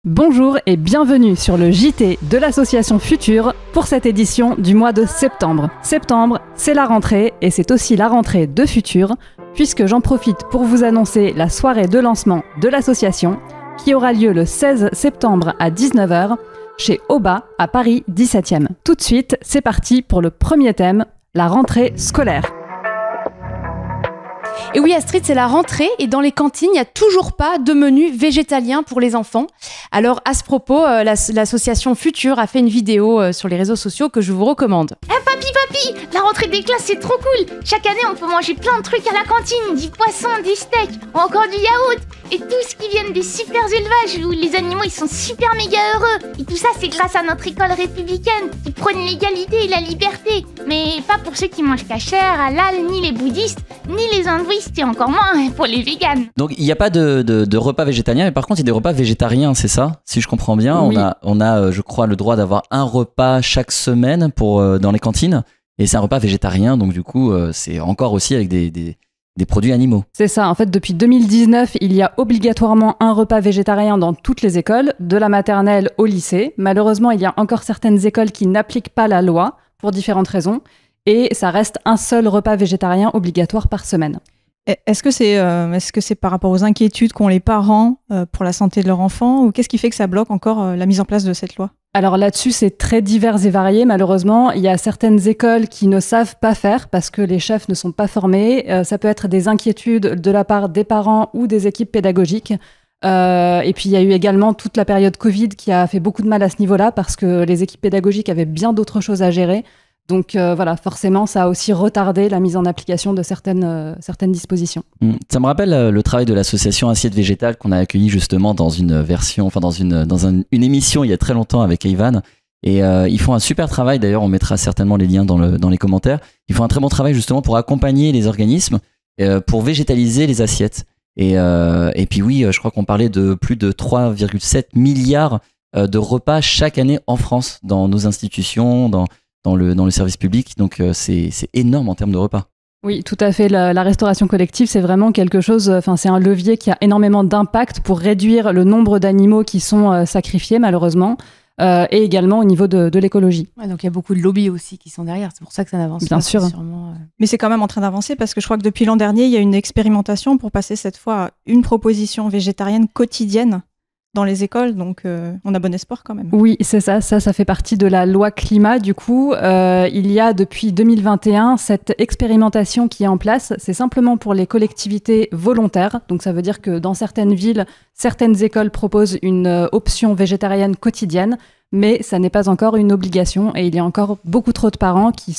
Bonjour et bienvenue sur le JT de l'association Futur pour cette édition du mois de septembre. Septembre, c'est la rentrée et c'est aussi la rentrée de Futur, puisque j'en profite pour vous annoncer la soirée de lancement de l'association qui aura lieu le 16 septembre à 19h chez Oba à Paris 17e. Tout de suite, c'est parti pour le premier thème, la rentrée scolaire. Et oui Astrid, c'est la rentrée et dans les cantines, il n'y a toujours pas de menu végétalien pour les enfants. Alors à ce propos, l'association Futur a fait une vidéo sur les réseaux sociaux que je vous recommande. Papy, la rentrée des classes c'est trop cool. Chaque année on peut manger plein de trucs à la cantine, du poisson, des steaks ou encore du yaourt. Et tout ce qui vient des super élevages où les animaux ils sont super méga heureux. Et tout ça c'est grâce à notre école républicaine qui prône l'égalité et la liberté. Mais pas pour ceux qui mangent cachère, halal, ni les bouddhistes, ni les hindouistes et encore moins pour les véganes. Donc il n'y a pas de repas végétariens, mais par contre il y a des repas végétariens, c'est ça? Si je comprends bien, oui. on a je crois le droit d'avoir un repas chaque semaine dans les cantines. Et c'est un repas végétarien, donc du coup, c'est encore aussi avec des produits animaux. C'est ça, en fait, depuis 2019, il y a obligatoirement un repas végétarien dans toutes les écoles, de la maternelle au lycée. Malheureusement, il y a encore certaines écoles qui n'appliquent pas la loi, pour différentes raisons, et ça reste un seul repas végétarien obligatoire par semaine. Est-ce que c'est par rapport aux inquiétudes qu'ont les parents pour la santé de leur enfant, ou qu'est-ce qui fait que ça bloque encore la mise en place de cette loi ? Alors là-dessus, c'est très divers et varié. Malheureusement, il y a certaines écoles qui ne savent pas faire parce que les chefs ne sont pas formés. Ça peut être des inquiétudes de la part des parents ou des équipes pédagogiques. Et puis, il y a eu également toute la période Covid qui a fait beaucoup de mal à ce niveau-là parce que les équipes pédagogiques avaient bien d'autres choses à gérer. Donc voilà, forcément, ça a aussi retardé la mise en application de certaines dispositions. Ça me rappelle le travail de l'association Assiette Végétale qu'on a accueilli justement dans une version, enfin dans une émission il y a très longtemps avec Ivan. Et ils font un super travail, d'ailleurs on mettra certainement les liens dans les commentaires. Ils font un très bon travail justement pour accompagner les organismes, pour végétaliser les assiettes. Et puis oui, je crois qu'on parlait de plus de 3,7 milliards de repas chaque année en France, dans nos institutions, dans le service public, donc c'est énorme en termes de repas. Oui, tout à fait. La restauration collective, c'est vraiment quelque chose, c'est un levier qui a énormément d'impact pour réduire le nombre d'animaux qui sont sacrifiés, malheureusement, et également au niveau de l'écologie. Ouais, donc il y a beaucoup de lobbies aussi qui sont derrière, c'est pour ça que ça n'avance pas. Bien sûr. Mais c'est quand même en train d'avancer parce que je crois que depuis l'an dernier, il y a une expérimentation pour passer cette fois à une proposition végétarienne quotidienne dans les écoles, donc on a bon espoir quand même. Oui, c'est ça fait partie de la loi climat. Du coup, il y a depuis 2021 cette expérimentation qui est en place. C'est simplement pour les collectivités volontaires. Donc ça veut dire que dans certaines villes, certaines écoles proposent une option végétarienne quotidienne, mais ça n'est pas encore une obligation. Et il y a encore beaucoup trop de parents qui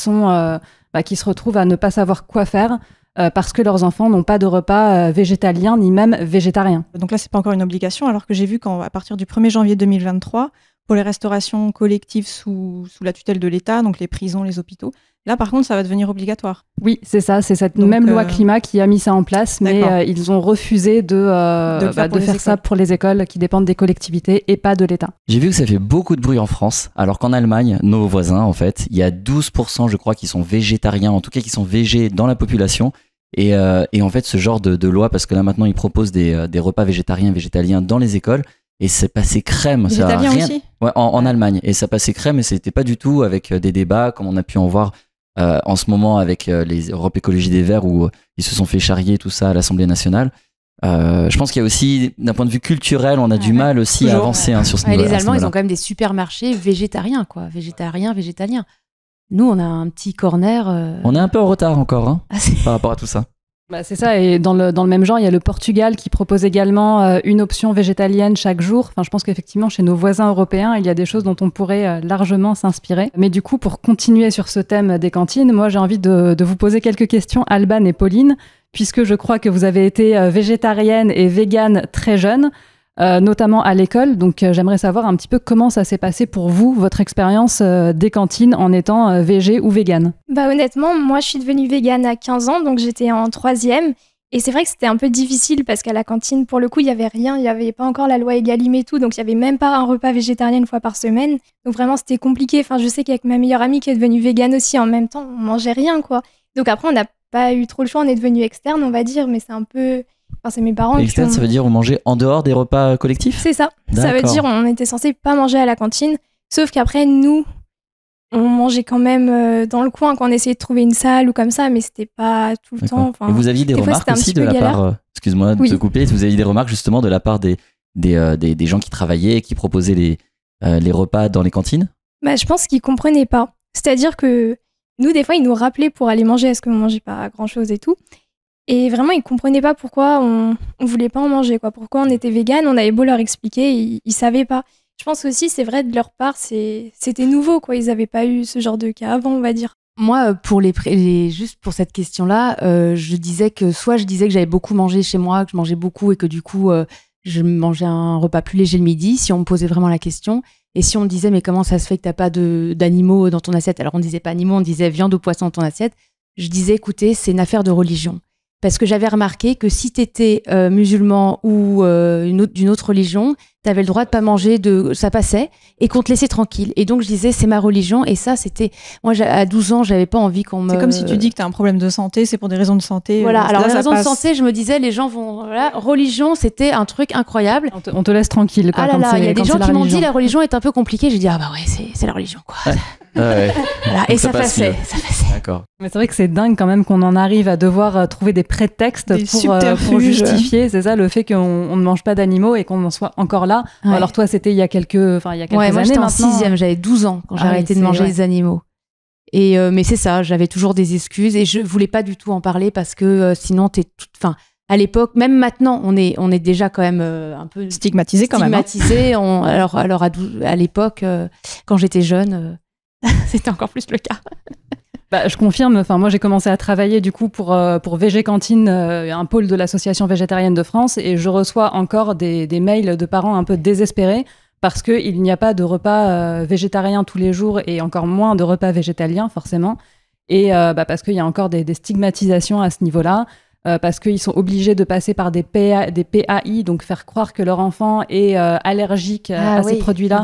se retrouvent à ne pas savoir quoi faire parce que leurs enfants n'ont pas de repas végétalien ni même végétarien. Donc là, c'est pas encore une obligation, alors que j'ai vu qu'à partir du 1er janvier 2023, pour les restaurations collectives sous la tutelle de l'État, donc les prisons, les hôpitaux, là par contre, ça va devenir obligatoire. Oui, c'est ça, c'est cette même loi climat qui a mis ça en place, mais ils ont refusé de faire ça pour les écoles qui dépendent des collectivités et pas de l'État. J'ai vu que ça fait beaucoup de bruit en France, alors qu'en Allemagne, nos voisins en fait, il y a 12% je crois qui sont végétariens, en tout cas qui sont végés dans la population. Et en fait, ce genre de loi, parce que là maintenant ils proposent des repas végétaliens dans les écoles, et c'est passé crème. Végétalien aussi ? Ouais, en Allemagne. Et ça passait crème, et c'était pas du tout avec des débats comme on a pu en voir en ce moment avec les Europe Écologie des Verts où ils se sont fait charrier tout ça à l'Assemblée nationale. Je pense qu'il y a aussi, d'un point de vue culturel, on a du mal aussi à avancer sur ce niveau. Les Allemands, ils ont quand même des supermarchés végétariens, quoi. Végétaliens. Nous, on a un petit corner. On est un peu en retard encore par rapport à tout ça. Bah c'est ça, et dans le même genre, il y a le Portugal qui propose également une option végétalienne chaque jour. Enfin, je pense qu'effectivement, chez nos voisins européens, il y a des choses dont on pourrait largement s'inspirer. Mais du coup, pour continuer sur ce thème des cantines, moi, j'ai envie de vous poser quelques questions, Alban et Pauline, puisque je crois que vous avez été végétarienne et végane très jeune. Notamment à l'école, donc j'aimerais savoir un petit peu comment ça s'est passé pour vous, votre expérience des cantines en étant végé ou végane. Bah honnêtement, moi je suis devenue végane à 15 ans, donc j'étais en 3e, et c'est vrai que c'était un peu difficile parce qu'à la cantine, pour le coup, il n'y avait rien, il n'y avait pas encore la loi Egalim et tout, donc il n'y avait même pas un repas végétarien une fois par semaine, donc vraiment c'était compliqué. Enfin, je sais qu'avec ma meilleure amie qui est devenue végane aussi, en même temps, on mangeait rien, quoi. Donc après, on n'a pas eu trop le choix, on est devenu externe, on va dire, mais c'est un peu Enfin, c'est mes parents Externe, ça veut dire vous mangez en dehors des repas collectifs? C'est ça. Ça veut dire on était censé pas manger à la cantine, sauf qu'après nous on mangeait quand même dans le coin quand on essayait de trouver une salle ou comme ça, mais c'était pas tout le temps. Et vous aviez des remarques aussi de la part, excuse-moi de te couper, vous aviez des remarques justement de la part des gens qui travaillaient et qui proposaient les repas dans les cantines? Bah, je pense qu'ils comprenaient pas. C'est-à-dire que nous, des fois, ils nous rappelaient pour aller manger, est-ce qu'on mangeait pas grand-chose et tout. Et vraiment, ils comprenaient pas pourquoi on voulait pas en manger, quoi. Pourquoi on était vegan, on avait beau leur expliquer, ils savaient pas. Je pense aussi, c'est vrai, de leur part, c'était nouveau, quoi. Ils avaient pas eu ce genre de cas avant, on va dire. Moi, juste pour cette question-là, je disais que j'avais beaucoup mangé chez moi, que je mangeais beaucoup et que du coup, je mangeais un repas plus léger le midi, si on me posait vraiment la question. Et si on me disait, mais comment ça se fait que t'as pas d'animaux dans ton assiette? Alors, on disait pas animaux, on disait viande ou poisson dans ton assiette. Je disais, écoutez, c'est une affaire de religion. Parce que j'avais remarqué que si t'étais musulman ou d'une autre religion, t'avais le droit de pas manger, ça passait, et qu'on te laissait tranquille. Et donc je disais, c'est ma religion, et ça c'était... Moi, à 12 ans, j'avais pas envie qu'on me... C'est comme si tu dis que t'as un problème de santé, c'est pour des raisons de santé. Voilà, alors les raisons de santé, je me disais, les gens vont... Voilà, religion, c'était un truc incroyable. On te laisse tranquille. Quoi, ah là là, il y a des gens qui m'ont dit, la religion est un peu compliquée. J'ai dit, ah bah ouais, c'est la religion, quoi. Ouais. Voilà, et ça passait. D'accord. Mais c'est vrai que c'est dingue quand même qu'on en arrive à devoir trouver des prétextes pour justifier, c'est ça, le fait qu'on ne mange pas d'animaux et qu'on en soit encore là. Ouais. Alors toi, c'était il y a quelques années moi, j'étais en maintenant. 6e, j'avais 12 ans quand j'ai arrêté de manger les animaux. Et mais c'est ça, j'avais toujours des excuses et je voulais pas du tout en parler parce que sinon à l'époque, même maintenant, on est déjà quand même un peu stigmatisé quand même. Hein. Alors à l'époque, quand j'étais jeune, c'était encore plus le cas. Bah, je confirme. Enfin, moi, j'ai commencé à travailler du coup pour VG Cantine, un pôle de l'association végétarienne de France, et je reçois encore des mails de parents un peu désespérés parce que il n'y a pas de repas végétarien tous les jours et encore moins de repas végétaliens forcément. Et parce qu'il y a encore des stigmatisations à ce niveau-là. Parce qu'ils sont obligés de passer par des PAI, donc faire croire que leur enfant est allergique à ces produits-là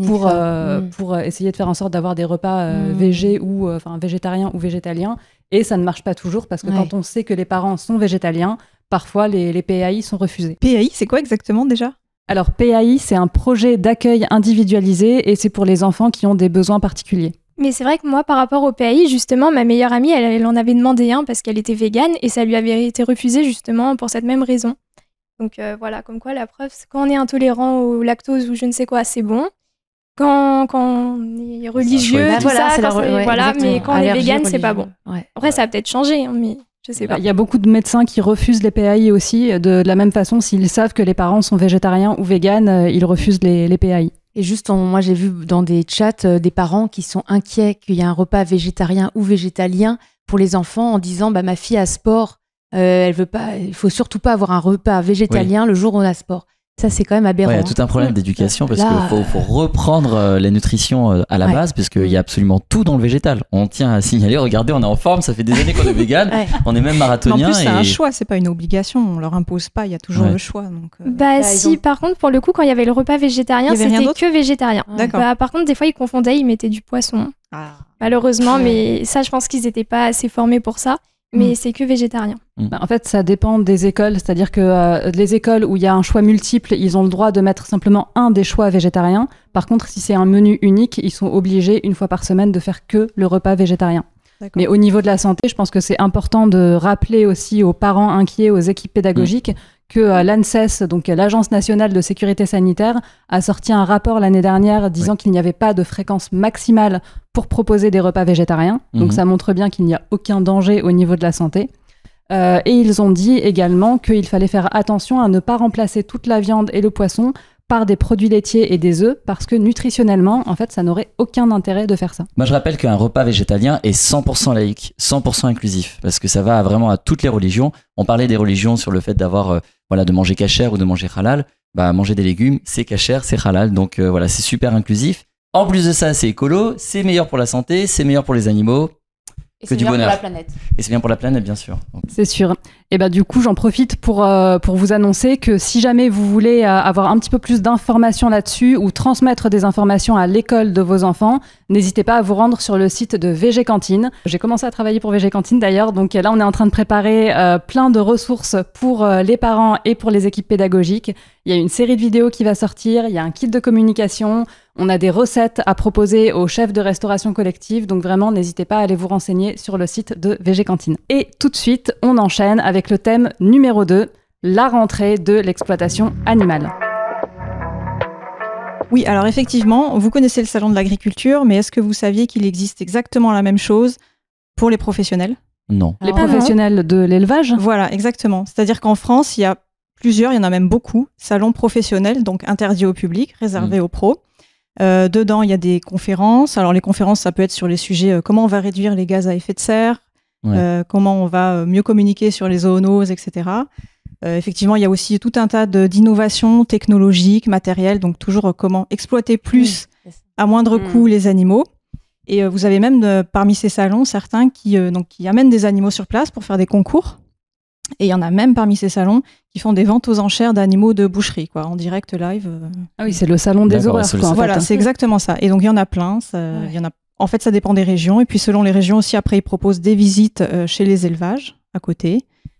pour essayer de faire en sorte d'avoir des repas végés ou végétariens ou végétaliens. Et ça ne marche pas toujours parce que quand on sait que les parents sont végétaliens, parfois les PAI sont refusés. PAI, c'est quoi exactement déjà ? Alors PAI, c'est un projet d'accueil individualisé et c'est pour les enfants qui ont des besoins particuliers. Mais c'est vrai que moi, par rapport au PAI, justement, ma meilleure amie, elle en avait demandé un parce qu'elle était végane et ça lui avait été refusé justement pour cette même raison. Donc voilà, comme quoi la preuve, c'est quand on est intolérant au lactose ou je ne sais quoi, c'est bon. Quand on est religieux, tout ça, mais quand on est végane, c'est pas bon. Ouais. Après, ça a peut-être changé, hein, mais je sais pas. Il y a beaucoup de médecins qui refusent les PAI aussi. De la même façon, s'ils savent que les parents sont végétariens ou véganes, ils refusent les PAI. Et juste, moi, j'ai vu dans des chats des parents qui sont inquiets qu'il y a un repas végétarien ou végétalien pour les enfants en disant ma fille a sport, elle veut pas, il faut surtout pas avoir un repas végétalien le jour où on a sport. Ça, c'est quand même aberrant. Il y a tout un problème d'éducation parce qu'il faut reprendre la nutrition à la base parce qu'il y a absolument tout dans le végétal. On tient à signaler, regardez, on est en forme, ça fait des années qu'on est vegan, on est même marathonien. En plus, c'est un choix, c'est pas une obligation, on leur impose pas, il y a toujours le choix. Donc, par contre, pour le coup, quand il y avait le repas végétarien, c'était que végétarien. D'accord. Par contre, des fois, ils confondaient, ils mettaient du poisson. Malheureusement, mais ça, je pense qu'ils n'étaient pas assez formés pour ça. Mais c'est que végétarien. En fait, ça dépend des écoles. C'est-à-dire que les écoles où il y a un choix multiple, ils ont le droit de mettre simplement un des choix végétariens. Par contre, si c'est un menu unique, ils sont obligés, une fois par semaine, de faire que le repas végétarien. D'accord. Mais au niveau de la santé, je pense que c'est important de rappeler aussi aux parents inquiets, aux équipes pédagogiques, que l'ANSES, donc l'Agence nationale de sécurité sanitaire, a sorti un rapport l'année dernière disant qu'il n'y avait pas de fréquence maximale pour proposer des repas végétariens. Donc ça montre bien qu'il n'y a aucun danger au niveau de la santé. Et ils ont dit également qu'il fallait faire attention à ne pas remplacer toute la viande et le poisson par des produits laitiers et des œufs, parce que nutritionnellement, en fait, ça n'aurait aucun intérêt de faire ça. Moi, je rappelle qu'un repas végétalien est 100% laïque, 100% inclusif, parce que ça va vraiment à toutes les religions. On parlait des religions sur le fait d'avoir, de manger kasher ou de manger halal. Manger des légumes, c'est kasher, c'est halal, donc c'est super inclusif. En plus de ça, c'est écolo, c'est meilleur pour la santé, c'est meilleur pour les animaux. Et que c'est du bien bonheur. pour la planète. Et c'est bien pour la planète, bien sûr. Donc, C'est sûr. Et bah du coup, j'en profite pour vous annoncer que si jamais vous voulez avoir un petit peu plus d'informations là-dessus ou transmettre des informations à l'école de vos enfants, n'hésitez pas à vous rendre sur le site de VG Cantine. J'ai commencé à travailler pour VG Cantine d'ailleurs, donc là on est en train de préparer plein de ressources pour les parents et pour les équipes pédagogiques. Il y a une série de vidéos qui va sortir, il y a un kit de communication, on a des recettes à proposer aux chefs de restauration collective, donc vraiment n'hésitez pas à aller vous renseigner sur le site de VG Cantine. Et tout de suite, on enchaîne avec le thème numéro 2, la rentrée de l'exploitation animale. Oui, alors effectivement, vous connaissez le salon de l'agriculture, mais est-ce que vous saviez qu'il existe exactement la même chose pour les professionnels ? non. Les professionnels de l'élevage ? Voilà, exactement. C'est-à-dire qu'en France, il y a plusieurs, il y en a même beaucoup, salons professionnels, donc interdits au public, réservés aux pros. Dedans, il y a des conférences. Alors les conférences, ça peut être sur les sujets comment on va réduire les gaz à effet de serre, comment on va mieux communiquer sur les zoonoses, etc. Effectivement, il y a aussi tout un tas d'innovations technologiques, matérielles, donc toujours comment exploiter plus à moindre coût les animaux. Et vous avez même parmi ces salons certains qui amènent des animaux sur place pour faire des concours. Et il y en a même parmi ces salons qui font des ventes aux enchères d'animaux de boucherie, quoi, en direct live. Ah oui, c'est le salon des horreurs, quoi. Voilà, c'est exactement ça. Et donc il y en a plein. Il y en a. En fait, ça dépend des régions. Et puis selon les régions aussi, après, ils proposent des visites chez les élevages à côté.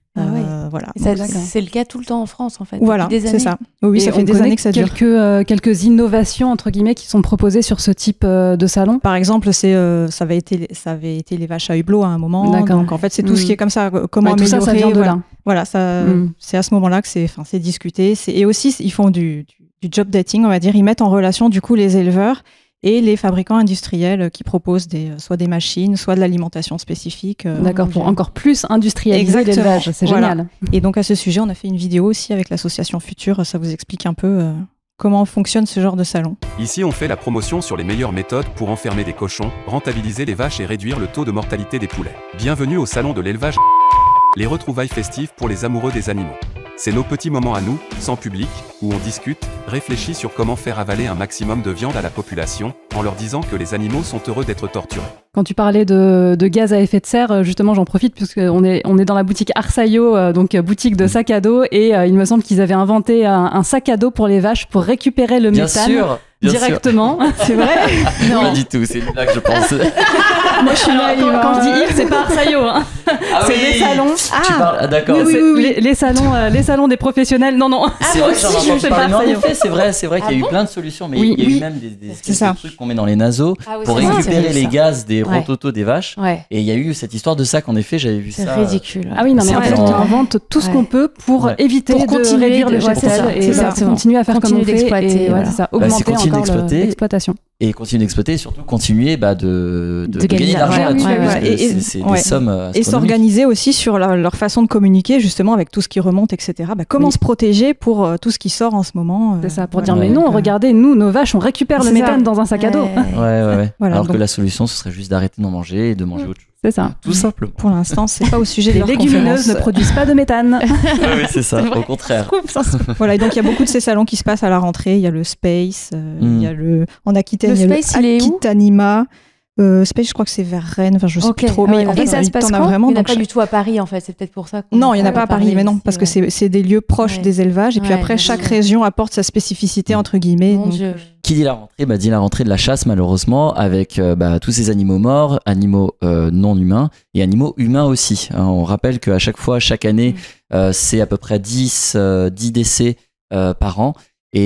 Voilà. C'est le cas tout le temps en France, en fait. Voilà, c'est ça. Oui, ça fait des années que ça dure. Quelques innovations, entre guillemets, qui sont proposées sur ce type de salon. Par exemple, ça avait été les vaches à hublot à un moment. D'accord. Donc, en fait, c'est tout ce qui est comme ça. Comment tout améliorer. Ça vient de là. Voilà, c'est à ce moment-là que c'est discuté. Et aussi, ils font du job dating, on va dire. Ils mettent en relation, du coup, les éleveurs et les fabricants industriels qui proposent soit des machines, soit de l'alimentation spécifique. D'accord, pour encore plus industrialiser l'élevage, c'est génial. Et donc à ce sujet, on a fait une vidéo aussi avec l'association Futur, ça vous explique un peu comment fonctionne ce genre de salon. Ici, on fait la promotion sur les meilleures méthodes pour enfermer des cochons, rentabiliser les vaches et réduire le taux de mortalité des poulets. Bienvenue au salon de l'élevage, les retrouvailles festives pour les amoureux des animaux. C'est nos petits moments à nous, sans public, où on discute, réfléchit sur comment faire avaler un maximum de viande à la population, en leur disant que les animaux sont heureux d'être torturés. Quand tu parlais de gaz à effet de serre, justement, j'en profite puisqu'on est dans la boutique Arsaio, donc boutique de sac à dos, et il me semble qu'ils avaient inventé un sac à dos pour les vaches pour récupérer le méthane directement. C'est vrai ? Non, pas du tout, c'est une blague, je pense. Moi, je suis là, quand je dis il, c'est pas Arsaio, hein. C'est des salons. Tu parles, d'accord. Oui. Les salons des professionnels. Non. C'est vrai que j'en ai entendu parler. En effet, c'est vrai qu'il y a eu plein de solutions, mais il y a eu même des trucs qu'on met dans les naseaux pour récupérer les gaz des rototos des vaches. Et il y a eu cette histoire de sac, en effet, j'avais vu ça. C'est ridicule. Ah oui, non, mais en fait, on invente tout ce qu'on peut pour éviter de réduire le jet et continuer à faire comme on fait. C'est ça, augmenter encore l'exploitation. Et continuer d'exploiter et surtout continuer de gagner de l'argent là-dessus. C'est des sommes astronomiques. Et s'organiser aussi sur leur façon de communiquer, justement, avec tout ce qui remonte, etc. Comment se protéger pour tout ce qui sort en ce moment. C'est ça, pour dire, mais non, regardez, nous, nos vaches, on récupère le méthane dans un sac à dos. Ouais. Voilà, alors que la solution, ce serait juste d'arrêter d'en manger et de manger autre chose. C'est ça. Tout simplement. Pour l'instant, c'est pas au sujet de leur conférence. Les légumineuses ne produisent pas de méthane. Oui, c'est ça, au contraire. Voilà, et donc il y a beaucoup de ces salons qui se passent à la rentrée. Il y a le Space, il y a en Aquitaine, il y a le Aquitanima. Space, je crois que c'est vers Rennes, enfin je sais plus trop, mais en fait, ça se passe quand il n'y en a pas du tout à Paris en fait, c'est peut-être pour ça. Non, il n'y en a pas à Paris, mais non, parce que c'est des lieux proches des élevages, et puis après chaque région apporte sa spécificité entre guillemets. Qui dit la rentrée dit la rentrée de la chasse malheureusement, avec tous ces animaux morts, animaux non humains et animaux humains aussi. On rappelle qu'à chaque fois, chaque année, c'est à peu près 10 décès par an.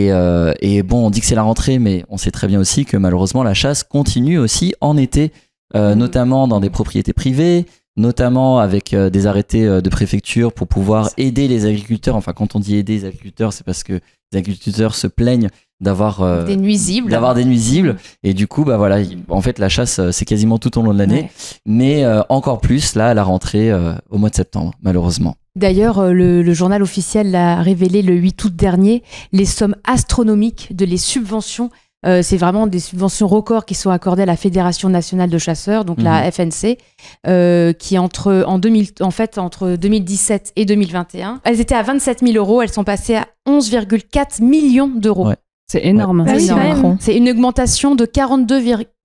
Et bon, on dit que c'est la rentrée, mais on sait très bien aussi que malheureusement la chasse continue aussi en été, notamment dans des propriétés privées, notamment avec des arrêtés de préfecture pour pouvoir aider les agriculteurs. Enfin, quand on dit aider les agriculteurs, c'est parce que les agriculteurs se plaignent d'avoir des nuisibles. Et du coup, voilà, en fait, la chasse, c'est quasiment tout au long de l'année, mais encore plus là à la rentrée au mois de septembre, malheureusement. D'ailleurs, le journal officiel l'a révélé le 8 août dernier, les sommes astronomiques de les subventions. C'est vraiment des subventions records qui sont accordées à la Fédération nationale de chasseurs, donc la FNC, qui entre 2017 et 2021, elles étaient à 27 000 €, elles sont passées à 11,4 millions d'euros. Ouais. C'est énorme. Bah oui, C'est quand même. Macron. C'est une augmentation de 42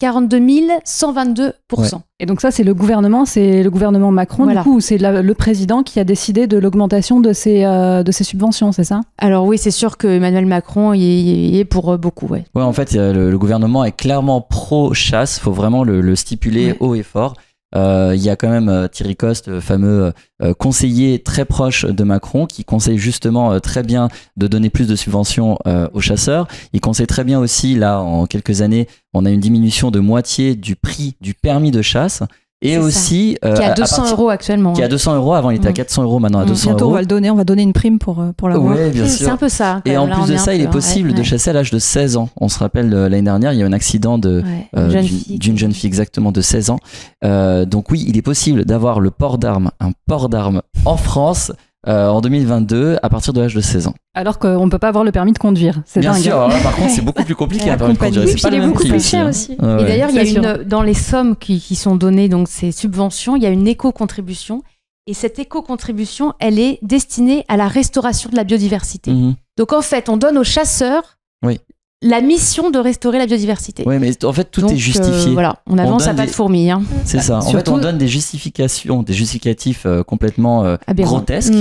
122%. Ouais. Et donc ça, c'est le gouvernement Macron, Voilà. du coup, où c'est le président qui a décidé de l'augmentation de ces subventions, c'est ça? Alors oui, c'est sûr que Emmanuel Macron y est pour beaucoup, ouais. Ouais, en fait, le gouvernement est clairement pro-chasse. Faut vraiment le stipuler haut et fort. Il y a quand même Thierry Coste, le fameux conseiller très proche de Macron, qui conseille justement très bien de donner plus de subventions aux chasseurs. Il conseille très bien aussi, là, en quelques années, on a une diminution de moitié du prix du permis de chasse. Et C'est aussi... Qui est à 200 € actuellement. Qui est à 200 €. Avant, il était à 400 €, maintenant à 200 Bientôt, €. on va donner une prime pour l'avoir. Ouais, bien sûr. C'est un peu ça. Et en plus de ça, il est possible de chasser à l'âge de 16 ans. On se rappelle, l'année dernière, il y a eu un accident d'une jeune fille exactement de 16 ans. Donc oui, il est possible d'avoir un port d'armes en France en 2022 à partir de l'âge de 16 ans. Alors qu'on ne peut pas avoir le permis de conduire. C'est Bien dingue. sûr, alors là, par contre, c'est beaucoup plus compliqué un permis de conduire. Oui, C'est puis pas il est le même beaucoup prix plus cher aussi. Ouais, Et d'ailleurs, il y a c'est sûr. dans les sommes qui sont données, donc ces subventions, il y a une éco-contribution. Et cette éco-contribution, elle est destinée à la restauration de la biodiversité. Mhm. Donc en fait, on donne aux chasseurs Oui. la mission de restaurer la biodiversité. Ouais, mais en fait, tout Donc, est justifié. voilà, on avance donne à pas de fourmis. Hein. C'est ça. En fait, Surtout- on donne des justificatifs complètement Aberrant. grotesques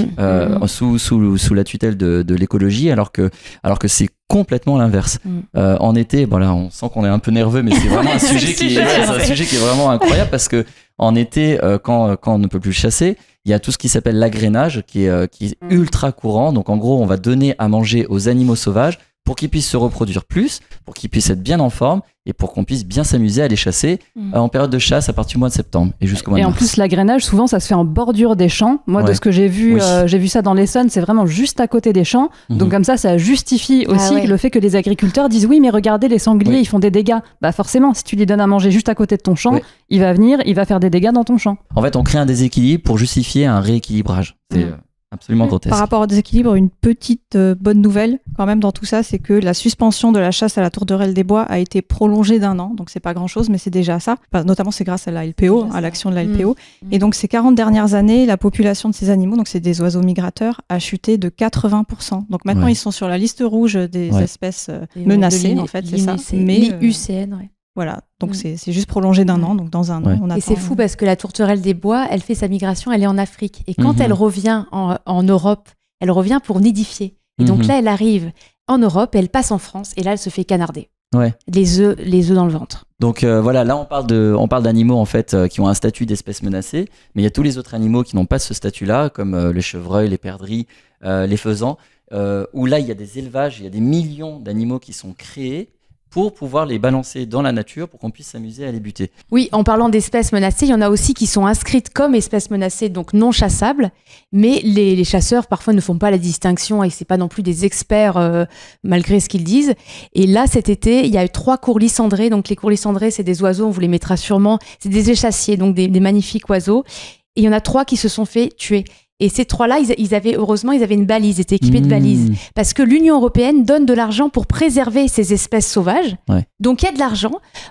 sous la tutelle de l'écologie, alors que c'est complètement l'inverse. En été, bon là, on sent qu'on est un peu nerveux, mais c'est vraiment un sujet qui est vraiment incroyable parce que en été, quand on ne peut plus chasser, il y a tout ce qui s'appelle l'agrainage qui est ultra courant. Donc en gros, on va donner à manger aux animaux sauvages pour qu'ils puissent se reproduire plus, pour qu'ils puissent être bien en forme et pour qu'on puisse bien s'amuser à les chasser en période de chasse à partir du mois de septembre et jusqu'au mois de Et en mars. plus, l'agrainage, souvent, ça se fait en bordure des champs. Moi, de Ouais. ce que j'ai vu, Oui. j'ai vu ça dans l'Essonne, c'est vraiment juste à côté des champs. Donc comme ça justifie aussi ouais. le fait que les agriculteurs disent oui, mais regardez, les sangliers, Oui. ils font des dégâts. Bah forcément, si tu lui donnes à manger juste à côté de ton champ, Oui. il va venir, il va faire des dégâts dans ton champ. En fait, on crée un déséquilibre pour justifier un rééquilibrage. C'est absolument grotesque. Par rapport au déséquilibre, une petite bonne nouvelle quand même dans tout ça, c'est que la suspension de la chasse à la tourterelle des bois a été prolongée d'1 an. Donc c'est pas grand chose, mais c'est déjà ça. Enfin, notamment c'est grâce à la LPO, à l'action de la LPO. Et donc ces 40 dernières années, la population de ces animaux, donc c'est des oiseaux migrateurs, a chuté de 80%. Donc maintenant ils sont sur la liste rouge des espèces menacées en fait, c'est ça. Mais l'IUCN, ouais. Voilà, donc c'est juste prolongé d'1 an, donc dans 1 an, on attend. Et c'est fou parce que la tourterelle des bois, elle fait sa migration, elle est en Afrique. Et quand elle revient en Europe, elle revient pour nidifier. Et donc là, elle arrive en Europe, elle passe en France, et là, elle se fait canarder. Ouais. Les œufs dans le ventre. Donc voilà, là on parle d'animaux en fait qui ont un statut d'espèce menacée, mais il y a tous les autres animaux qui n'ont pas ce statut-là, comme les chevreuils, les perdrix, les faisans, où là il y a des élevages, il y a des millions d'animaux qui sont créés pour pouvoir les balancer dans la nature pour qu'on puisse s'amuser à les buter. Oui, en parlant d'espèces menacées, il y en a aussi qui sont inscrites comme espèces menacées, donc non chassables, mais les chasseurs parfois ne font pas la distinction et c'est pas non plus des experts malgré ce qu'ils disent. Et là, cet été, il y a eu 3 courlis cendrés. Donc les courlis cendrés, c'est des oiseaux, on vous les mettra sûrement, c'est des échassiers, donc des magnifiques oiseaux. Et il y en a 3 qui se sont fait tuer. Et ces 3-là, heureusement, ils avaient une balise, ils étaient équipés de balises. Parce que l'Union européenne donne de l'argent pour préserver ces espèces sauvages. Ouais. Donc il y a de l'argent.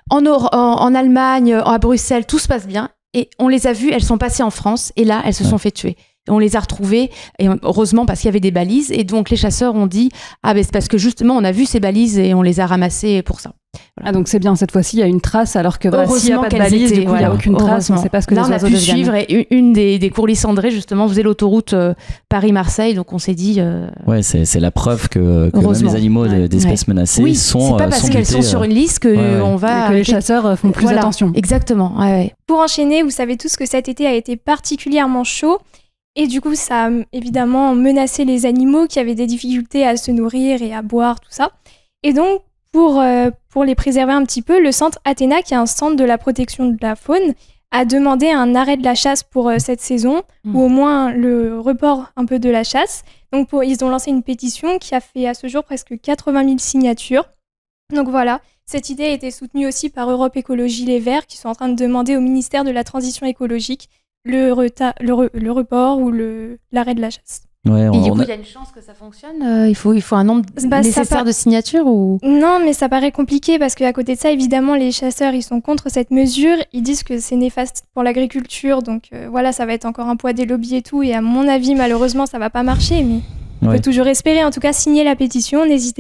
En Allemagne, à Bruxelles, tout se passe bien. Et on les a vues, elles sont passées en France. Et là, elles se sont fait tuer. Et on les a retrouvées, et heureusement parce qu'il y avait des balises. Et donc les chasseurs ont dit, c'est parce que justement, on a vu ces balises et on les a ramassées pour ça. Voilà. Ah donc c'est bien, cette fois-ci il y a une trace alors que s'il n'y a pas de balise, du coup il n'y a aucune trace, on ne sait pas ce que là, les oiseaux deviennent. Là on a pu suivre, et une des courlis cendrés justement faisait l'autoroute Paris-Marseille, donc on s'est dit... Ouais, c'est la preuve que même les animaux d'espèces menacées sont c'est pas parce qu'elles sont sur une liste que on va... Et que les chasseurs font plus attention. Exactement, Pour enchaîner, vous savez tous que cet été a été particulièrement chaud. Et du coup, ça a évidemment menacé les animaux qui avaient des difficultés à se nourrir et à boire, tout ça. Et donc, pour les préserver un petit peu, le centre Athéna, qui est un centre de la protection de la faune, a demandé un arrêt de la chasse pour cette saison, ou au moins le report un peu de la chasse. Donc ils ont lancé une pétition qui a fait à ce jour presque 80 000 signatures. Donc voilà, cette idée a été soutenue aussi par Europe Écologie Les Verts, qui sont en train de demander au ministère de la Transition écologique le report ou l'arrêt de la chasse. Ouais, et du coup, il y a une chance que ça fonctionne. Il faut un nombre nécessaire de signatures ou... Non, mais ça paraît compliqué parce qu'à côté de ça, évidemment, les chasseurs, ils sont contre cette mesure. Ils disent que c'est néfaste pour l'agriculture. Donc voilà, ça va être encore un poids des lobbies et tout. Et à mon avis, malheureusement, ça va pas marcher. Mais on peut toujours espérer. En tout cas, signer la pétition, n'hésitez pas.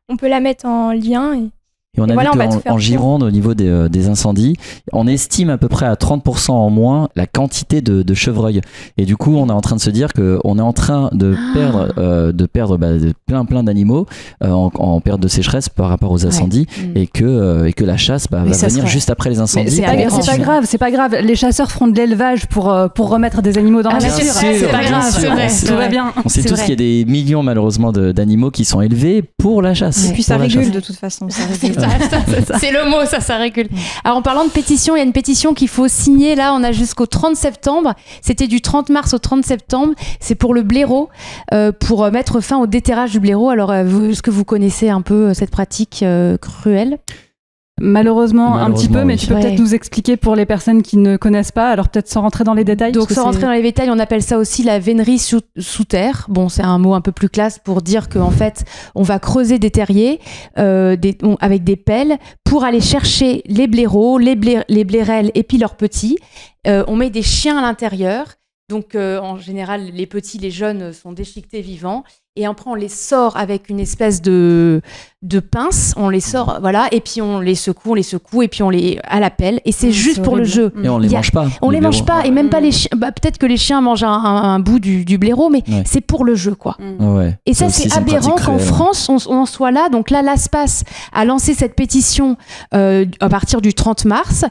on peut la mettre en lien. Et on a voilà, vu on va tout faire qu'en pour. Gironde, au niveau des incendies, on estime à peu près à 30% en moins la quantité de chevreuils. Et du coup, on est en train de se dire qu'on est en train de perdre plein d'animaux en perte de sécheresse par rapport aux incendies et que la chasse va venir juste après les incendies. C'est pas grave. Les chasseurs feront de l'élevage pour remettre des animaux dans la nature. C'est pas grave. Tout va bien. On sait tous qu'il y a des millions malheureusement d'animaux qui sont élevés pour la chasse. Et puis ça régule de toute façon. Ça régule. C'est le mot, ça régule. Alors en parlant de pétition, il y a une pétition qu'il faut signer. Là, on a jusqu'au 30 septembre. C'était du 30 mars au 30 septembre. C'est pour le blaireau, pour mettre fin au déterrage du blaireau. Alors, est-ce que vous connaissez un peu cette pratique cruelle ? Malheureusement, un petit peu, oui. mais tu peux peut-être nous expliquer pour les personnes qui ne connaissent pas, alors peut-être sans rentrer dans les détails. Donc sans rentrer dans les détails, on appelle ça aussi la vénerie sous terre. Bon, c'est un mot un peu plus classe pour dire qu'en fait, on va creuser des terriers avec des pelles pour aller chercher les blaireaux, les blairelles et puis leurs petits. On met des chiens à l'intérieur. Donc en général, les petits, les jeunes sont déchiquetés vivants. Et après, on les sort avec une espèce de pince. On les sort, voilà, et puis on les secoue, et puis on les à la pelle. Et c'est juste pour le jeu. Et on les mange pas. On les mange pas, et même pas les chiens. Peut-être que les chiens mangent un bout du blaireau, mais c'est pour le jeu, quoi. Ouais. Et ça, c'est aberrant qu'en France, on en soit là. Donc là, l'ASPAS a lancé cette pétition à partir du 30 mars.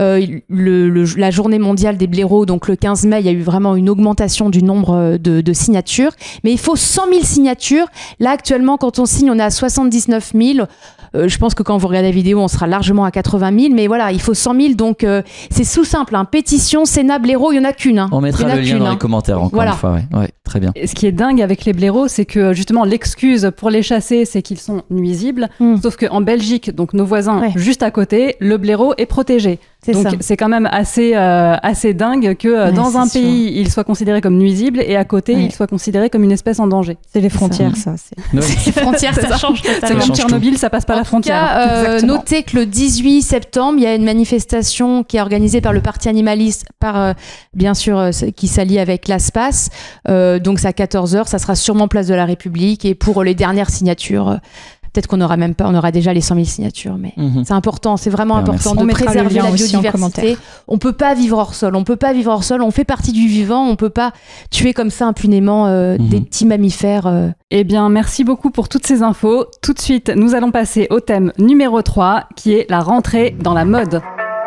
La journée mondiale des blaireaux, donc le 15 mai, il y a eu vraiment une augmentation du nombre de signatures. Mais il faut 100 000 signatures. Là, actuellement, quand on signe, on est à 79 000. Je pense que quand vous regardez la vidéo, on sera largement à 80 000. Mais voilà, il faut 100 000. Donc, c'est sous simple. Pétition, Sénat, blaireau, il n'y en a qu'une. On mettra le lien dans les commentaires, encore une fois. Ouais, très bien. Et ce qui est dingue avec les blaireaux, c'est que justement, l'excuse pour les chasser, c'est qu'ils sont nuisibles. Sauf qu'en Belgique, donc nos voisins juste à côté, le blaireau est protégé. Donc c'est quand même assez dingue que dans un pays, il soit considéré comme nuisible et à côté, il soit considéré comme une espèce en danger. C'est les frontières, ça. Les frontières, ça change totalement. C'est comme Tchernobyl, ça passe pas la frontière. Notez que le 18 septembre, il y a une manifestation qui est organisée par le Parti animaliste, bien sûr, qui s'allie avec l'ASPAS. Donc c'est à 14h, ça sera sûrement place de la République. Et pour les dernières signatures, peut-être qu'on n'aura même pas, on aura déjà les 100 000 signatures, mais c'est important, c'est vraiment important de préserver la biodiversité. On peut pas vivre hors sol, on fait partie du vivant, on peut pas tuer comme ça impunément des petits mammifères. Eh bien, merci beaucoup pour toutes ces infos. Tout de suite, nous allons passer au thème numéro 3, qui est la rentrée dans la mode.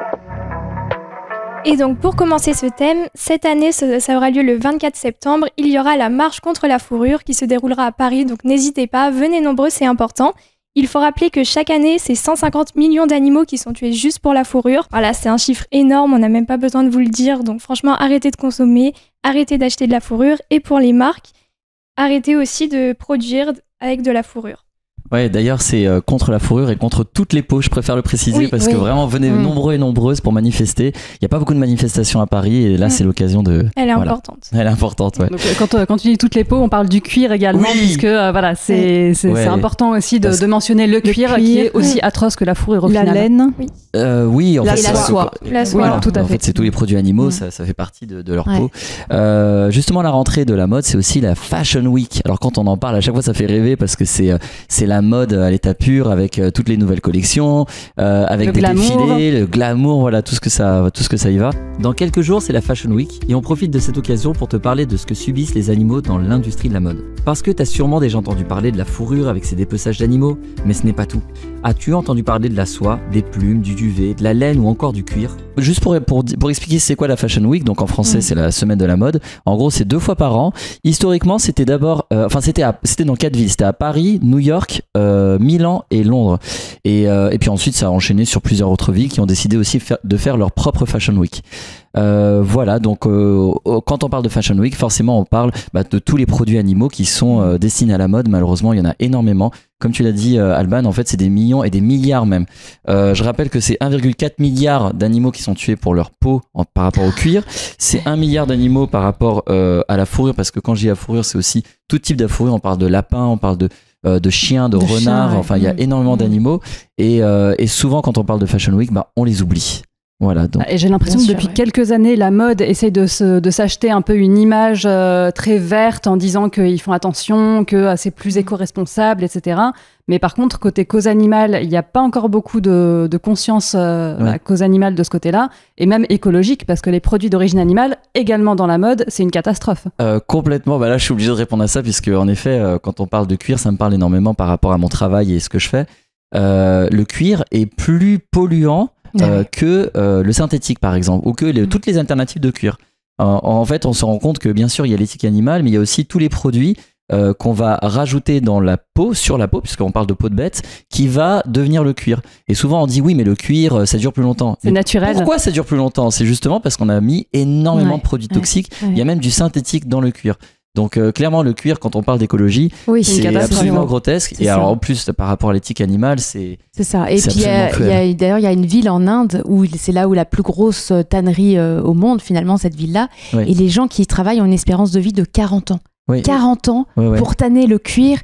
Et donc pour commencer ce thème, cette année ça aura lieu le 24 septembre, il y aura la marche contre la fourrure qui se déroulera à Paris, donc n'hésitez pas, venez nombreux, c'est important. Il faut rappeler que chaque année, c'est 150 millions d'animaux qui sont tués juste pour la fourrure. Voilà, c'est un chiffre énorme, on n'a même pas besoin de vous le dire, donc franchement arrêtez de consommer, arrêtez d'acheter de la fourrure, et pour les marques, arrêtez aussi de produire avec de la fourrure. Ouais, d'ailleurs, c'est contre la fourrure et contre toutes les peaux. Je préfère le préciser parce que vraiment, venez nombreux et nombreuses pour manifester. Il n'y a pas beaucoup de manifestations à Paris et là, c'est l'occasion de. Elle est importante. Elle est importante, ouais. Donc, quand tu dis toutes les peaux, on parle du cuir également, puisque c'est important aussi de mentionner le cuir qui est aussi atroce que la fourrure au final. La laine. Oui, en fait, la soie. La soie, tout à fait. En fait, c'est tous les produits animaux, ça fait partie de leur peau. Justement, la rentrée de la mode, c'est aussi la Fashion Week. Alors, quand on en parle, à chaque fois, ça fait rêver parce que c'est la mode à l'état pur avec toutes les nouvelles collections, avec des défilés, le glamour, voilà, tout ce que ça y va. Dans quelques jours, c'est la Fashion Week et on profite de cette occasion pour te parler de ce que subissent les animaux dans l'industrie de la mode. Parce que t'as sûrement déjà entendu parler de la fourrure avec ses dépeçages d'animaux, mais ce n'est pas tout. As-tu entendu parler de la soie, des plumes, du duvet, de la laine ou encore du cuir ? Juste pour expliquer c'est quoi la Fashion Week, donc en français c'est la semaine de la mode. En gros, c'est 2 fois par an. Historiquement, c'était d'abord, c'était dans 4 villes. C'était à Paris, New York, Milan et Londres. Et puis ensuite, ça a enchaîné sur plusieurs autres villes qui ont décidé aussi de faire leur propre Fashion Week. Voilà, donc quand on parle de Fashion Week, forcément on parle de tous les produits animaux qui sont destinés à la mode. Malheureusement, il y en a énormément. Comme tu l'as dit, Alban, en fait, c'est des millions et des milliards même. Je rappelle que c'est 1,4 milliard d'animaux qui sont tués pour leur peau par rapport au cuir. C'est 1 milliard d'animaux par rapport à la fourrure, parce que quand je dis la fourrure, c'est aussi tout type de fourrure. On parle de lapins, on parle de chiens, de renards. Enfin, il y a énormément d'animaux. Et souvent, quand on parle de Fashion Week, on les oublie. Voilà, donc. Et j'ai l'impression que depuis quelques années, la mode essaye de s'acheter un peu une image très verte en disant qu'ils font attention, que c'est plus éco-responsable, etc. Mais par contre, côté cause animale, il n'y a pas encore beaucoup de conscience cause animale de ce côté-là, et même écologique, parce que les produits d'origine animale, également dans la mode, c'est une catastrophe. Complètement. Là, je suis obligé de répondre à ça, puisque en effet, quand on parle de cuir, ça me parle énormément par rapport à mon travail et ce que je fais. Le cuir est plus polluant que le synthétique, par exemple, ou que toutes les alternatives de cuir. En fait, on se rend compte que bien sûr, il y a l'éthique animale, mais il y a aussi tous les produits qu'on va rajouter dans la peau, sur la peau, puisqu'on parle de peau de bête, qui va devenir le cuir. Et souvent, on dit oui, mais le cuir, ça dure plus longtemps. C'est naturel. Pourquoi ça dure plus longtemps ? C'est justement parce qu'on a mis énormément de produits toxiques. Il y a même du synthétique dans le cuir. Donc clairement, le cuir, quand on parle d'écologie, c'est absolument grotesque. Et alors en plus, par rapport à l'éthique animale, c'est ça. Et puis d'ailleurs, il y a une ville en Inde où c'est là où la plus grosse tannerie au monde, finalement, cette ville-là. Et les gens qui y travaillent ont une espérance de vie de 40 ans. 40 ans pour tanner le cuir,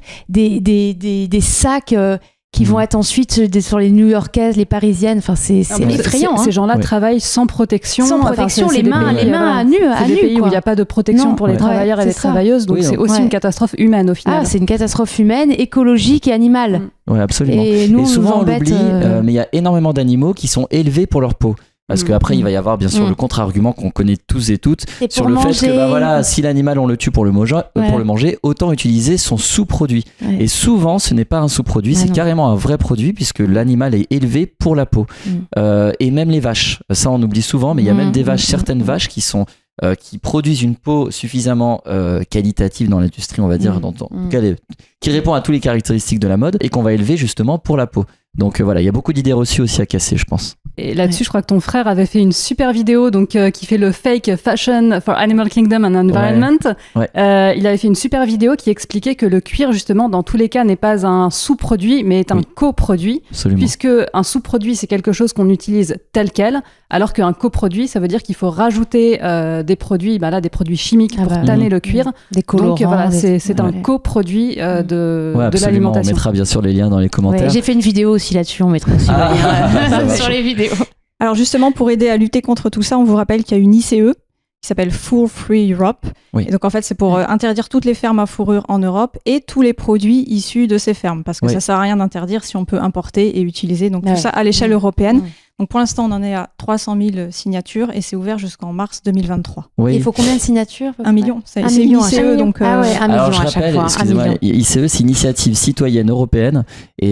des sacs qui vont être ensuite sur les New-Yorkaises, les Parisiennes. Enfin, c'est effrayant. Ces gens-là travaillent sans protection. Sans protection, les mains à nu. C'est des pays où il n'y a pas de protection pour les travailleurs et les travailleuses. Donc c'est aussi une catastrophe humaine au final. C'est une catastrophe humaine, écologique et animale. Oui, absolument. Et souvent on l'oublie, mais il y a énormément d'animaux qui sont élevés pour leur peau. Parce qu'après, il va y avoir bien sûr le contre-argument qu'on connaît tous et toutes sur le fait que si l'animal on le tue pour le manger, autant utiliser son sous-produit. Et souvent, ce n'est pas un sous-produit, c'est carrément un vrai produit puisque l'animal est élevé pour la peau. Et même les vaches, ça on oublie souvent, mais il y a même des vaches, certaines vaches qui produisent une peau suffisamment qualitative dans l'industrie, on va dire, qui répond à toutes les caractéristiques de la mode et qu'on va élever justement pour la peau. Donc voilà, il y a beaucoup d'idées reçues aussi à casser, je pense. Et là-dessus, je crois que ton frère avait fait une super vidéo qui fait le fake fashion for Animal Kingdom and Environment. Il avait fait une super vidéo qui expliquait que le cuir, justement, dans tous les cas, n'est pas un sous-produit, mais est un coproduit. Absolument. Puisque un sous-produit, c'est quelque chose qu'on utilise tel quel, alors qu'un coproduit, ça veut dire qu'il faut rajouter des produits, des produits chimiques pour tanner le cuir. Des colorants. Donc voilà, c'est un coproduit de l'alimentation. On mettra bien sûr les liens dans les commentaires. J'ai fait une vidéo aussi là-dessus, on mettra aussi le lien sur les vidéos. Alors justement, pour aider à lutter contre tout ça, on vous rappelle qu'il y a une ICE qui s'appelle Fur Free Europe. Et donc en fait, c'est pour interdire toutes les fermes à fourrure en Europe et tous les produits issus de ces fermes. Parce que ça sert à rien d'interdire si on peut importer et utiliser. Donc tout ça à l'échelle européenne. Donc pour l'instant, on en est à 300 000 signatures et c'est ouvert jusqu'en mars 2023. Il faut combien de signatures ? 1 million. C'est une ICE, donc... 1 million alors, je rappelle, excusez-moi, ICE, c'est Initiative Citoyenne Européenne et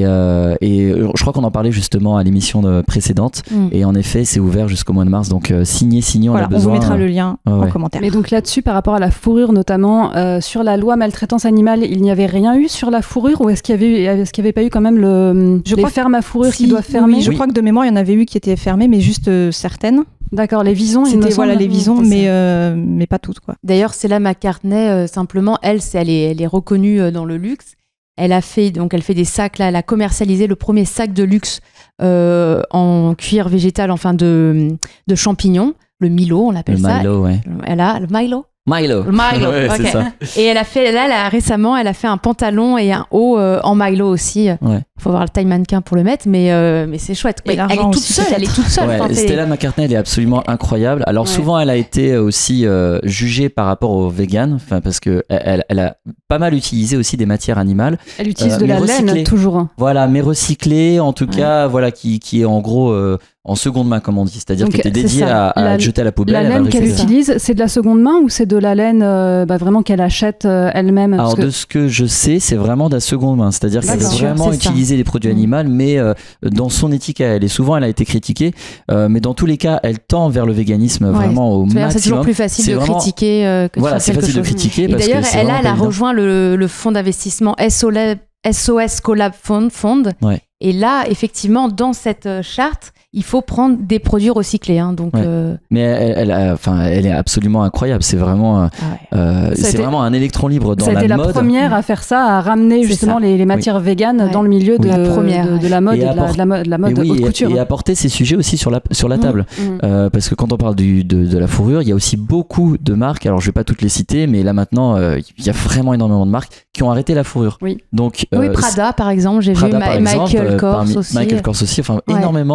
je crois qu'on en parlait justement à l'émission précédente et en effet, c'est ouvert jusqu'au mois de mars, donc signez, on a besoin. On vous mettra le lien en commentaire. Mais donc là-dessus, par rapport à la fourrure notamment, sur la loi maltraitance animale, il n'y avait rien eu sur la fourrure ou est-ce qu'il y avait pas eu quand même les fermes à fourrure qui doivent fermer ? Je crois que de mémoire, il y en avait eu qui étaient fermées, mais juste certaines. D'accord, les visons, c'était les visons, mais pas toutes, quoi. D'ailleurs, Stella McCartney, simplement, elle est reconnue dans le luxe. Elle fait des sacs, là, elle a commercialisé le premier sac de luxe en cuir végétal, enfin de champignons, le Milo, on l'appelle ça. Le Milo, ouais. Le Milo. Ouais, okay. C'est ça. Et récemment, elle a fait un pantalon et un haut en Milo aussi. Faut voir le taille mannequin pour le mettre, mais c'est chouette. Elle est toute seule. Ouais, Stella McCartney, elle est absolument incroyable. Alors souvent, elle a été aussi jugée par rapport aux véganes, parce que elle a pas mal utilisé aussi des matières animales. Elle utilise de la laine toujours. Voilà, mais recyclée, en tout cas, qui est en gros en seconde main, comme on dit, c'est-à-dire qu'elle était dédiée à jeter à la poubelle. La laine qu'elle utilise, c'est de la seconde main ou c'est de la laine vraiment qu'elle achète elle-même? Alors de ce que je sais, c'est vraiment de la seconde main, c'est-à-dire qu'elle a vraiment utilisé des produits animaux, mais dans son éthique à elle. Et souvent, elle a été critiquée, mais dans tous les cas, elle tend vers le véganisme vraiment au maximum. C'est toujours plus facile de critiquer que de faire c'est quelque facile chose. de critiquer. Et d'ailleurs, elle a rejoint le fonds d'investissement SOS Collab Fund. Et là, effectivement, dans cette charte, il faut prendre des produits recyclés. Mais elle est absolument incroyable. C'est vraiment, vraiment un électron libre dans la mode. Ça a été la première à faire ça, à ramener justement les matières véganes dans le milieu de la mode et de la mode haute couture. Et apporter ces sujets aussi sur la table. Parce que quand on parle de la fourrure, il y a aussi beaucoup de marques. Alors, je ne vais pas toutes les citer, mais là maintenant, il y a vraiment énormément de marques qui ont arrêté la fourrure. Donc, Prada, par exemple, j'ai vu Michael Kors aussi. Enfin, énormément se sont dit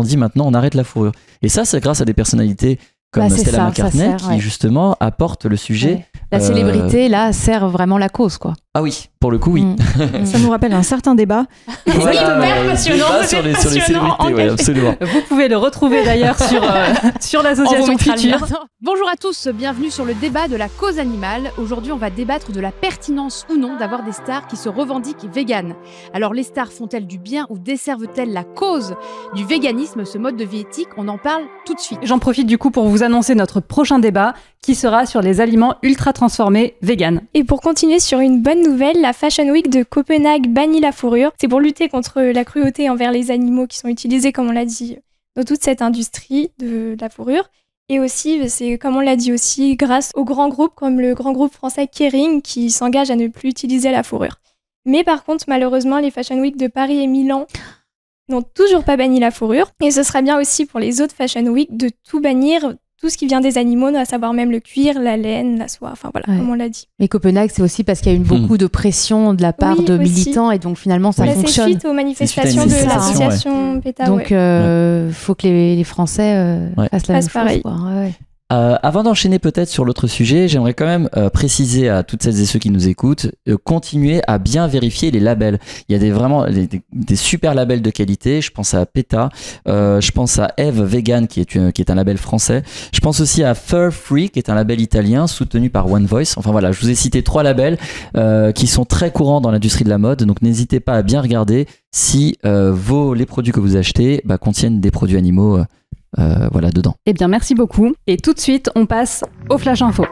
dit maintenant on arrête la fourrure. Et ça, c'est grâce à des personnalités comme Stella McCartney qui justement apporte le sujet. Ouais. La célébrité là sert vraiment la cause, quoi. Ah oui, pour le coup oui. Ça nous rappelle un certain débat. Voilà, passionnant, sur les célébrités, ouais, absolument. Vous pouvez le retrouver d'ailleurs sur l'association Future. Bonjour à tous, bienvenue sur le débat de la cause animale. Aujourd'hui, on va débattre de la pertinence ou non d'avoir des stars qui se revendiquent véganes. Alors, les stars font-elles du bien ou desservent-elles la cause du véganisme, ce mode de vie éthique? On en parle tout de suite. J'en profite du coup pour vous annoncer notre prochain débat qui sera sur les aliments ultra transformés véganes. Et pour continuer sur une bonne nouvelle, la Fashion Week de Copenhague bannit la fourrure. C'est pour lutter contre la cruauté envers les animaux qui sont utilisés, comme on l'a dit, dans toute cette industrie de la fourrure. Et aussi, c'est comme on l'a dit aussi, grâce aux grands groupes comme le grand groupe français Kering qui s'engage à ne plus utiliser la fourrure. Mais par contre, malheureusement, les Fashion Week de Paris et Milan n'ont toujours pas banni la fourrure. Et ce sera bien aussi pour les autres Fashion Week de tout bannir, tout ce qui vient des animaux, à savoir même le cuir, la laine, la soie, enfin voilà, comme on l'a dit. Mais Copenhague, c'est aussi parce qu'il y a eu beaucoup de pression de la part de militants et donc finalement ça fonctionne. C'est suite aux manifestations de l'association PETA. Donc faut que les Français fassent la même chose. Ouais. Avant d'enchaîner peut-être sur l'autre sujet, j'aimerais quand même préciser à toutes celles et ceux qui nous écoutent, continuer à bien vérifier les labels. Il y a vraiment des super labels de qualité. Je pense à PETA, je pense à Eve Vegan qui est un label français. Je pense aussi à Fur Free qui est un label italien soutenu par One Voice. Enfin voilà, je vous ai cité 3 labels qui sont très courants dans l'industrie de la mode. Donc n'hésitez pas à bien regarder si les produits que vous achetez contiennent des produits animaux. Voilà, dedans. Eh bien, merci beaucoup. Et tout de suite, on passe au Flash Info.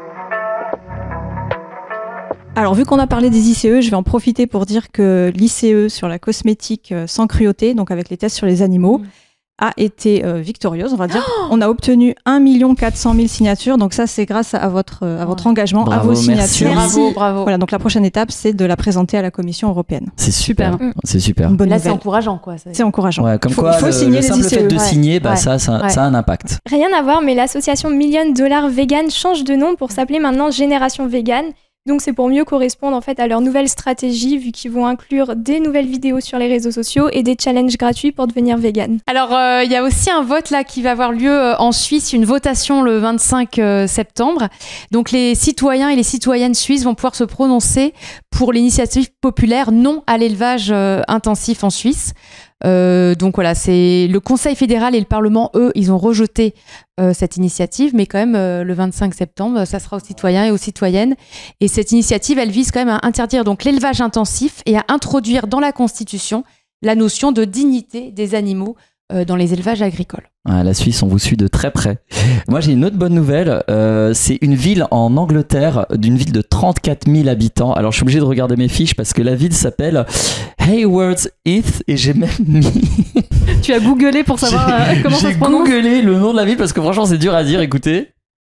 Alors, vu qu'on a parlé des ICE, je vais en profiter pour dire que l'ICE sur la cosmétique sans cruauté, donc avec les tests sur les animaux, a été victorieuse, on va dire. On a obtenu 1 400 000 signatures, donc ça, c'est grâce à votre engagement, bravo, à vos signatures. Bravo. Voilà, donc la prochaine étape, c'est de la présenter à la Commission européenne. C'est super. C'est super. Une bonne Là, nouvelle. c'est encourageant, quoi. C'est encourageant. Ouais, comme quoi, le simple fait de signer, ça a un impact. Rien à voir, mais l'association Million Dollar Vegan change de nom pour s'appeler maintenant Génération Vegan. Donc c'est pour mieux correspondre en fait à leur nouvelle stratégie vu qu'ils vont inclure des nouvelles vidéos sur les réseaux sociaux et des challenges gratuits pour devenir vegan. Alors il y a aussi un vote là qui va avoir lieu en Suisse, une votation le 25 septembre. Donc les citoyens et les citoyennes suisses vont pouvoir se prononcer pour l'initiative populaire non à l'élevage intensif en Suisse. Donc voilà, c'est le Conseil fédéral et le Parlement, eux, ils ont rejeté cette initiative, mais quand même le 25 septembre, ça sera aux citoyens et aux citoyennes. Et cette initiative, elle vise quand même à interdire donc l'élevage intensif et à introduire dans la Constitution la notion de dignité des animaux dans les élevages agricoles. La Suisse, on vous suit de très près. Moi, j'ai une autre bonne nouvelle. C'est une ville en Angleterre, d'une ville de 34 000 habitants. Alors, je suis obligé de regarder mes fiches parce que la ville s'appelle Haywards Heath et j'ai même mis... Tu as googlé pour savoir comment ça se prononce? J'ai googlé le nom de la ville parce que franchement, c'est dur à dire. Écoutez.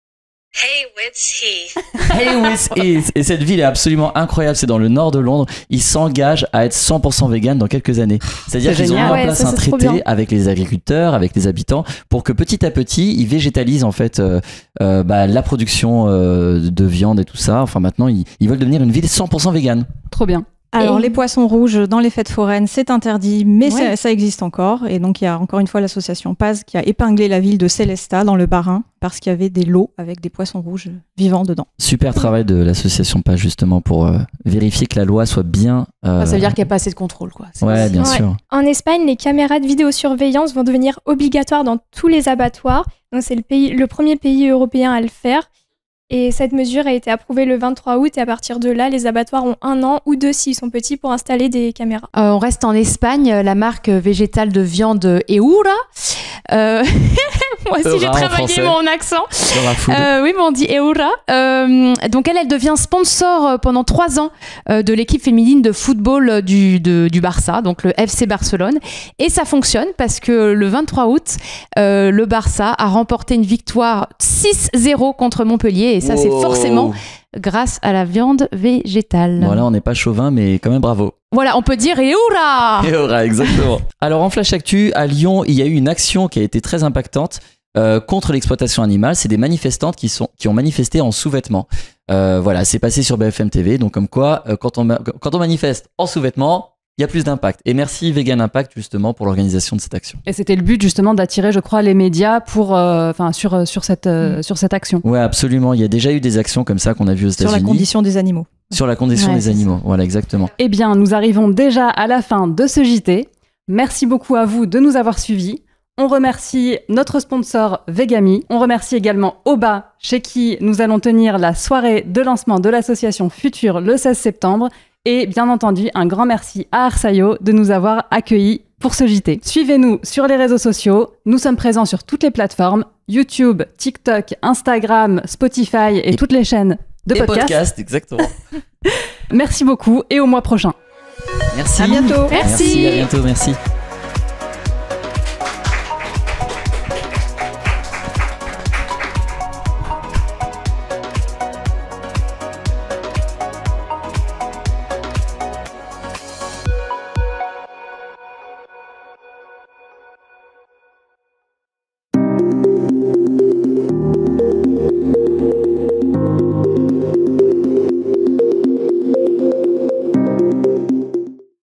Haywards Heath. Et cette ville est absolument incroyable. C'est dans le nord de Londres. Ils s'engagent à être 100% vegan dans quelques années. C'est-à-dire qu'ils ont mis en place un traité avec les agriculteurs, avec les habitants, pour que petit à petit, ils végétalisent en fait la production de viande et tout ça. Enfin, maintenant, ils veulent devenir une ville 100% vegan. Trop bien. Alors, les poissons rouges dans les fêtes foraines, c'est interdit, mais ça existe encore. Et donc, il y a encore une fois l'association Paz qui a épinglé la ville de Célestat dans le Bas-Rhin parce qu'il y avait des lots avec des poissons rouges vivants dedans. Super travail de l'association Paz justement pour vérifier que la loi soit bien... Ça veut dire qu'il n'y a pas assez de contrôle, quoi. Ouais, bien sûr. En Espagne, les caméras de vidéosurveillance vont devenir obligatoires dans tous les abattoirs. Donc, c'est le premier pays européen à le faire. Et cette mesure a été approuvée le 23 août et à partir de là, les abattoirs ont 1 an ou 2 s'ils sont petits pour installer des caméras. On reste en Espagne, la marque végétale de viande Eura. Moi aussi, j'ai travaillé mon accent. Oui, mais on dit Eura. Donc elle devient sponsor pendant 3 ans de l'équipe féminine de football du Barça, donc le FC Barcelone. Et ça fonctionne parce que le 23 août, le Barça a remporté une victoire 6-0 contre Montpellier. Et ça, c'est forcément grâce à la viande végétale. Voilà, on n'est pas chauvin, mais quand même bravo. Voilà, on peut dire Eura. Eura, exactement. Alors en Flash Actu, à Lyon, il y a eu une action qui a été très impactante contre l'exploitation animale. C'est des manifestantes qui ont manifesté en sous-vêtements. Voilà, c'est passé sur BFM TV. Donc comme quoi, quand on manifeste en sous-vêtements, il y a plus d'impact. Et merci Vegan Impact justement pour l'organisation de cette action. Et c'était le but justement d'attirer, je crois, les médias pour, sur cette action. Ouais, absolument. Il y a déjà eu des actions comme ça qu'on a vues aux États-Unis. Sur la condition des animaux. Sur la condition des animaux, voilà, exactement. Eh bien, nous arrivons déjà à la fin de ce JT. Merci beaucoup à vous de nous avoir suivis. On remercie notre sponsor Vegami. On remercie également Oba, chez qui nous allons tenir la soirée de lancement de l'association Futur le 16 septembre. Et bien entendu, un grand merci à Arsaio de nous avoir accueillis pour ce JT. Suivez-nous sur les réseaux sociaux. Nous sommes présents sur toutes les plateformes. YouTube, TikTok, Instagram, Spotify et toutes les chaînes de podcasts. Exactement. Merci beaucoup et au mois prochain. Merci. À bientôt. Merci, à bientôt, merci.